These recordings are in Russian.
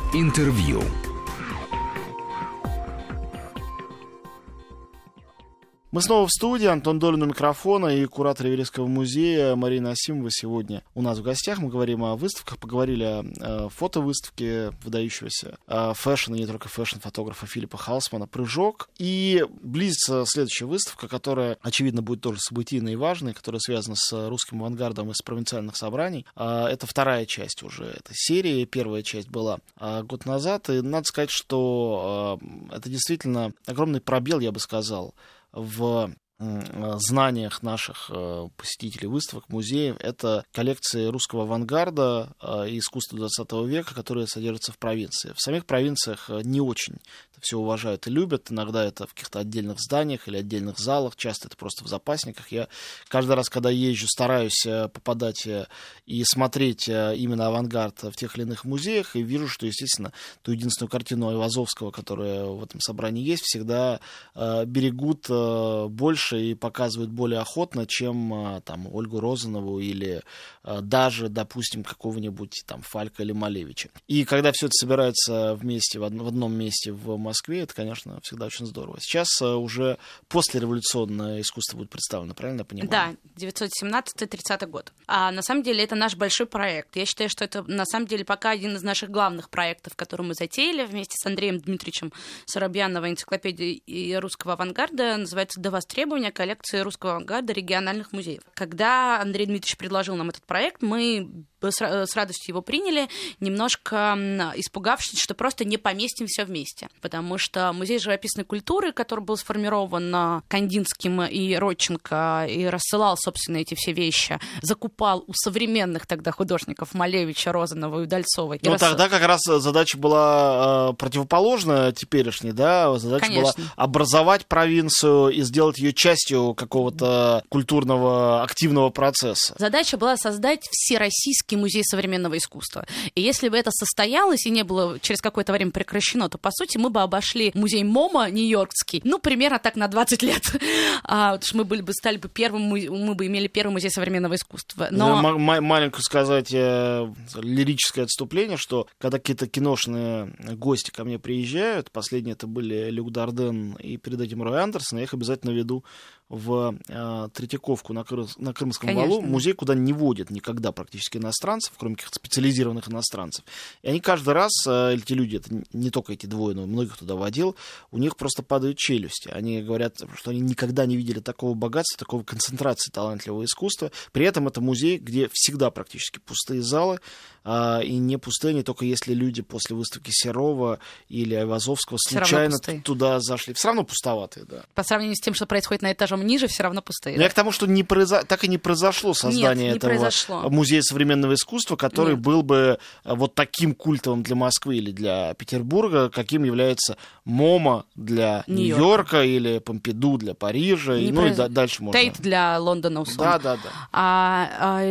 Интервью. Мы снова в студии. Антон Долин у микрофона и куратор Иверийского музея Марина Асимова сегодня у нас в гостях. Мы говорим о выставках, поговорили о фотовыставке выдающегося фэшн, и не только фэшн-фотографа Филиппа Халсмана «Прыжок». И близится следующая выставка, которая, очевидно, будет тоже событийной и важной, которая связана с русским авангардом из провинциальных собраний. Это вторая часть уже этой серии. Первая часть была год назад. И надо сказать, что это действительно огромный пробел, я бы сказал, в знаниях наших посетителей выставок, музеев. Это коллекции русского авангарда и искусства XX века, которые содержатся в провинции. В самих провинциях не очень это все уважают и любят. Иногда это в каких-то отдельных зданиях или отдельных залах, часто это просто в запасниках. Я каждый раз, когда езжу, стараюсь попадать и смотреть именно авангард в тех или иных музеях, и вижу, что, естественно, ту единственную картину Айвазовского, которая в этом собрании есть, всегда берегут больше и показывают более охотно, чем там Ольгу Розанову или даже, допустим, какого-нибудь там Фалька или Малевича. И когда все это собирается вместе, в одном месте в Москве, это, конечно, всегда очень здорово. Сейчас уже послереволюционное искусство будет представлено, правильно я понимаю? Да, 917-30 год. А на самом деле это наш большой проект. Я считаю, что это на самом деле пока один из наших главных проектов, который мы затеяли вместе с Андреем Дмитриевичем Соробьяновой, энциклопедией русского авангарда, называется «До востребования. Коллекции русского авангарда региональных музеев». Когда Андрей Дмитриевич предложил нам этот проект, мы с радостью его приняли, немножко испугавшись, что просто не поместим все вместе. Потому что музей живописной культуры, который был сформирован Кандинским и Родченко, и рассылал, собственно, эти все вещи, закупал у современных тогда художников Малевича, Розановой, Удальцовой. Но тогда как раз задача была противоположная теперешней, да? Задача Конечно. была образовать провинцию и сделать ее частью какого-то культурного активного процесса. Задача была создать всероссийский музей современного искусства. И если бы это состоялось и не было через какое-то время прекращено, то, по сути, мы бы обошли музей МоМА нью-йоркский, примерно так на 20 лет. Потому что мы бы имели первый музей современного искусства. Но... Маленькое сказать лирическое отступление, что когда какие-то киношные гости ко мне приезжают, последние это были Люк Дарден и перед этим Рой Андерсон, я их обязательно веду в Третьяковку на Крымском валу, музей, куда не водят никогда практически иностранцев, кроме каких-то специализированных иностранцев. И они каждый раз, эти люди, это не только эти двое, но многих туда водил, у них просто падают челюсти. Они говорят, что они никогда не видели такого богатства, такого концентрации талантливого искусства. При этом это музей, где всегда практически пустые залы, и не пустые, не только если люди после выставки Серова или Айвазовского случайно туда зашли. Все равно пустоватые, да. По сравнению с тем, что происходит на этажом ниже, все равно пустые. Я к тому, что так и не произошло создание этого музея современного искусства, который был бы вот таким культовым для Москвы или для Петербурга, каким является МоМА для Нью-Йорка или Помпиду для Парижа, и дальше можно. Тейт для Лондона, условно. Да.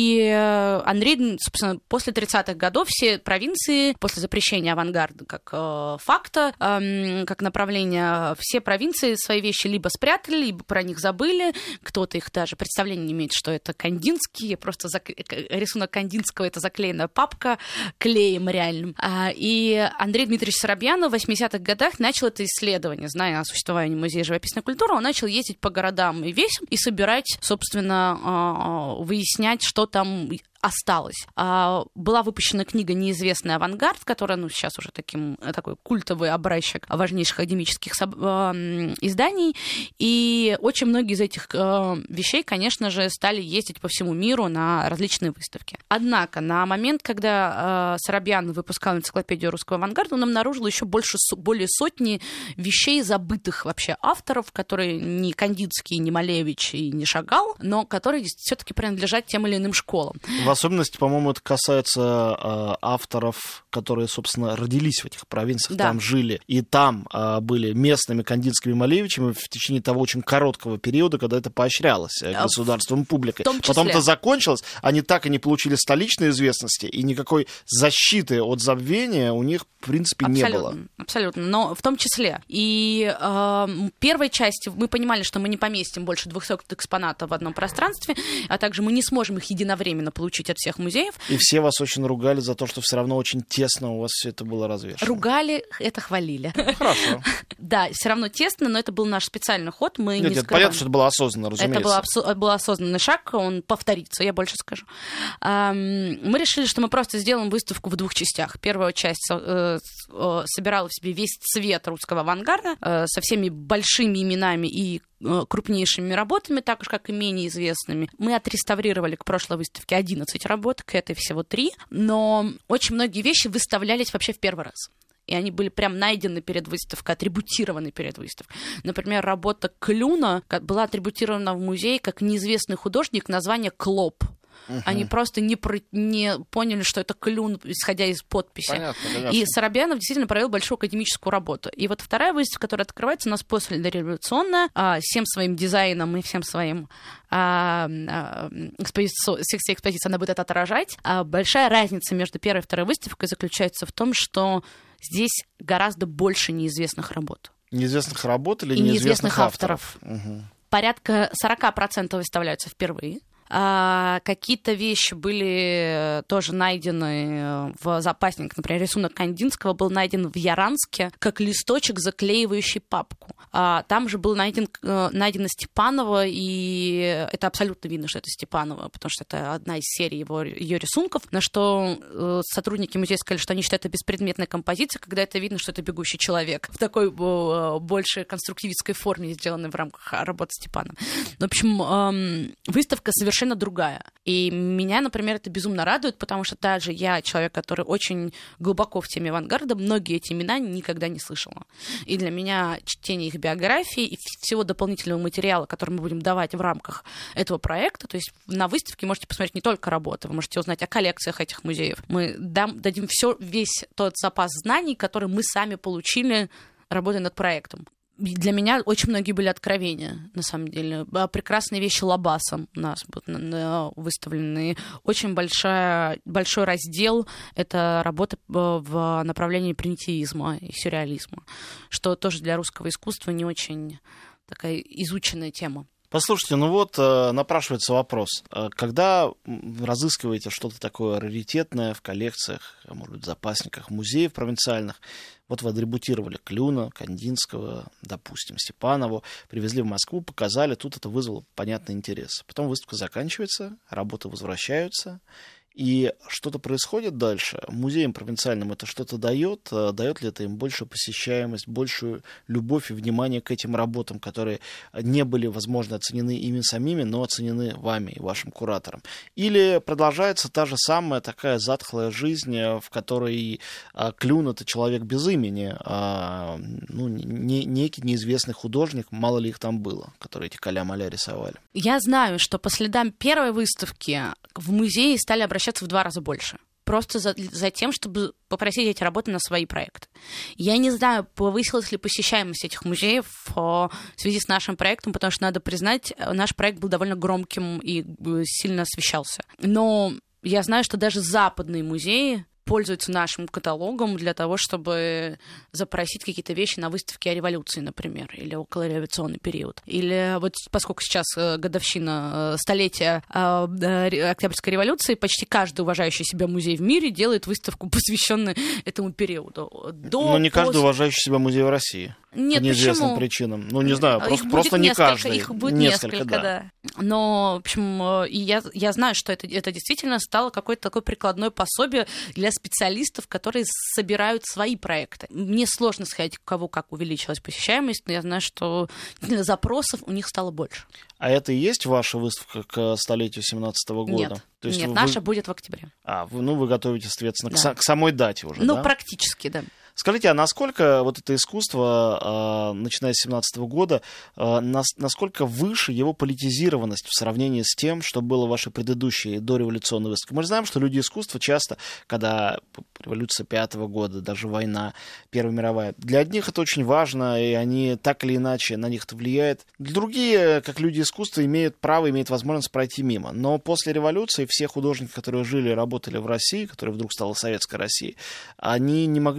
И Андрей, собственно, после 30-х годов все провинции, после запрещения авангарда как факта, как направления, все провинции свои вещи либо спрятали, либо про них забыли, кто-то их даже представления не имеет, что это Кандинский, просто рисунок Кандинского, это заклеенная папка клеем реальным. И Андрей Дмитриевич Соробьянов в 80-х годах начал это исследование, зная о существовании музея живописной культуры, он начал ездить по городам и весям и собирать, собственно, выяснять, что там осталось. Была выпущена книга «Неизвестный авангард», которая, сейчас уже такой культовый образчик важнейших академических изданий, и очень многие из этих вещей, конечно же, стали ездить по всему миру на различные выставки. Однако на момент, когда Соробьян выпускал энциклопедию русского авангарда, он обнаружил еще более сотни вещей, забытых вообще авторов, которые не Кандинский, не Малевич и не Шагал, но которые все-таки принадлежат тем или иным школам. В особенности, по-моему, это касается авторов, которые, собственно, родились в этих провинциях, там жили, и там были местными Кандинскими и Малевичами в течение того очень короткого периода, когда это поощрялось государством и публикой. Потом это закончилось, они так и не получили столичной известности, и никакой защиты от забвения у них, в принципе, не было. Абсолютно, но в том числе. И первой части мы понимали, что мы не поместим больше 200 экспонатов в одном пространстве, а также мы не сможем их единовременно получить очередь от всех музеев. И все вас очень ругали за то, что все равно очень тесно у вас все это было развешено. Ругали, это хвалили. Хорошо. Да, все равно тесно, но это был наш специальный ход. Мы не Нет, понятно, что это было осознанно, разумеется. Это был осознанный шаг, он повторится, я больше скажу. Мы решили, что мы просто сделаем выставку в двух частях. Первая часть собирала в себе весь цвет русского авангарда со всеми большими именами и крупнейшими работами, так же, как и менее известными. Мы отреставрировали к прошлой выставке 11 работ, к этой всего 3, но очень многие вещи выставлялись вообще в первый раз. И они были прям найдены перед выставкой, атрибутированы перед выставкой. Например, работа Клюна была атрибутирована в музее как неизвестный художник, название Клоп. Они просто не поняли, что это Клюн, исходя из подписи. Понятно. И Соробьянов действительно провел большую академическую работу. И вот вторая выставка, которая открывается у нас после дореволюционная, всем своим дизайном и всем своим секцией экспозиции она будет это отражать. Большая разница между первой и второй выставкой заключается в том, что здесь гораздо больше неизвестных работ. Неизвестных работ или неизвестных авторов. Угу. Порядка 40% выставляются впервые. Какие-то вещи были тоже найдены в запасниках. Например, рисунок Кандинского был найден в Яранске как листочек, заклеивающий папку. Там же был найдено Степанова, и это абсолютно видно, что это Степанова, потому что это одна из серий ее рисунков, на что сотрудники музея сказали, что они считают это беспредметной композицией, когда это видно, что это бегущий человек в такой больше конструктивистской форме, сделанной в рамках работы Степанова. В общем, выставка совершенно другая. И меня, например, это безумно радует, потому что даже я, человек, который очень глубоко в теме авангарда, многие эти имена никогда не слышала. И для меня чтение их биографии и всего дополнительного материала, который мы будем давать в рамках этого проекта, то есть на выставке можете посмотреть не только работы, вы можете узнать о коллекциях этих музеев. Мы дадим весь тот запас знаний, который мы сами получили, работая над проектом. Для меня очень многие были откровения, на самом деле. Прекрасные вещи Лабаса у нас будут выставлены. Очень большой раздел — это работа в направлении примитивизма и сюрреализма, что тоже для русского искусства не очень такая изученная тема. Послушайте, напрашивается вопрос. Когда разыскиваете что-то такое раритетное в коллекциях, может быть, в запасниках музеев провинциальных, вот вы атрибутировали Клюна, Кандинского, допустим, Степанову, привезли в Москву, показали, тут это вызвало понятный интерес. Потом выставка заканчивается, работы возвращаются, и что-то происходит дальше. Музеям провинциальным это что-то дает? Дает ли это им большую посещаемость, большую любовь и внимание к этим работам, которые не были, возможно, оценены ими самими, но оценены вами и вашим куратором? Или продолжается та же самая такая затхлая жизнь, в которой Клюн — это человек без имени, некий неизвестный художник, мало ли их там было, которые эти каля-маля рисовали? Я знаю, что по следам первой выставки в музее стали обращаться в 2 раза больше. Просто за тем, чтобы попросить эти работы на свои проекты. Я не знаю, повысилась ли посещаемость этих музеев в связи с нашим проектом, потому что, надо признать, наш проект был довольно громким и сильно освещался. Но я знаю, что даже западные музеи пользуются нашим каталогом для того, чтобы запросить какие-то вещи на выставке о революции, например, или околореволюционный период. Или вот поскольку сейчас годовщина столетия Октябрьской революции, почти каждый уважающий себя музей в мире делает выставку, посвященную этому периоду. Но не каждый уважающий себя музей в России. Нет, по неизвестным почему? Причинам. Не знаю, просто не несколько, каждый. Их будет несколько, да. Но, в общем, и я знаю, что это действительно стало какое-то такое прикладное пособие для специалистов, которые собирают свои проекты. Мне сложно сказать, у кого как увеличилась посещаемость, но я знаю, что запросов у них стало больше. А это и есть ваша выставка к столетию 17-го года? Нет, то есть наша будет в октябре. Вы готовите, соответственно, к самой дате уже, да? Практически, да. Скажите, а насколько вот это искусство, начиная с 17-го года, насколько выше его политизированность в сравнении с тем, что было в вашей предыдущей дореволюционной выставке? Мы же знаем, что люди искусства часто, когда революция 5-го года, даже война, Первая мировая, для одних это очень важно, и они так или иначе на них это влияет. Другие, как люди искусства, имеют право, имеют возможность пройти мимо. Но после революции все художники, которые жили и работали в России, которая вдруг стала Советской Россией, они не могли не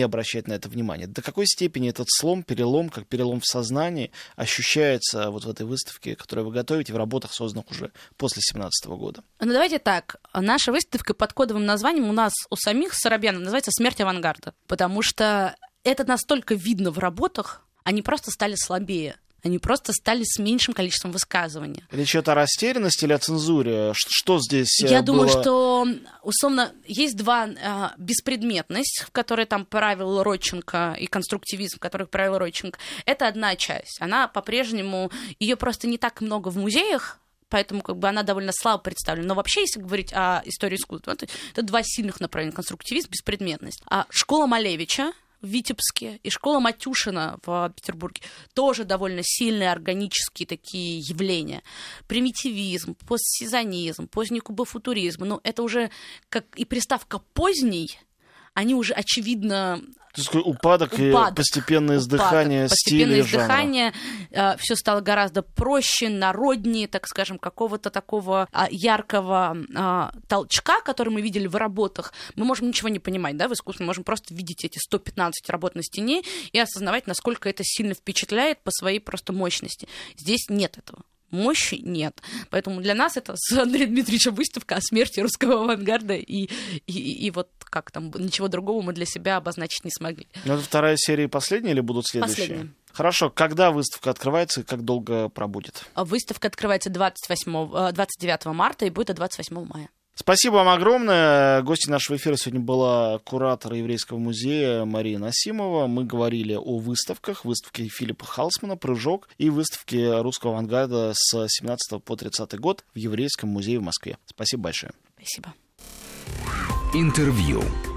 обращать на это внимание. До какой степени этот слом, перелом, как перелом в сознании, ощущается вот в этой выставке, которую вы готовите, в работах, созданных уже после 2017 года? Ну, давайте так. Наша выставка под кодовым названием у нас у самих с Соробьяновым называется «Смерть авангарда», потому что это настолько видно в работах, они просто стали слабее. Они просто стали с меньшим количеством высказываний. Речь идет о растерянности или о цензуре? Что здесь Я думаю, было? что, условно, есть два: беспредметность, в которой там правил Родченко, и конструктивизм, в которых правил Родченко. Это одна часть. Она по-прежнему... Ее просто не так много в музеях, поэтому как бы она довольно слабо представлена. Но вообще, если говорить о истории искусства, это два сильных направления: конструктивизм, беспредметность. А школа Малевича в Витебске и школа Матюшина в Петербурге тоже довольно сильные органические такие явления. Примитивизм, постсезонизм, поздний кубофутуризм. Ну, это уже как и приставка «поздний», они уже очевидно... То есть упадок и постепенное издыхание стиля и жанра. Все стало гораздо проще, народнее, так скажем, какого-то такого яркого толчка, который мы видели в работах. Мы можем ничего не понимать, да, в искусстве, мы можем просто видеть эти 115 работ на стене и осознавать, насколько это сильно впечатляет по своей просто мощности. Здесь нет этого. Мощи нет. Поэтому для нас это с Андреем Дмитриевичем выставка о смерти русского авангарда, и вот как там, ничего другого мы для себя обозначить не смогли. Но это вторая серия и последняя, или будут следующие? Последняя. Хорошо. Когда выставка открывается и как долго пробудет? Выставка открывается 29 марта и будет до 28 мая. Спасибо вам огромное. Гостью нашего эфира сегодня была куратор Еврейского музея Мария Насимова. Мы говорили о выставках. Выставке Филиппа Халсмана «Прыжок» и выставке русского авангарда с 17 по 30 год в Еврейском музее в Москве. Спасибо большое. Спасибо. Интервью.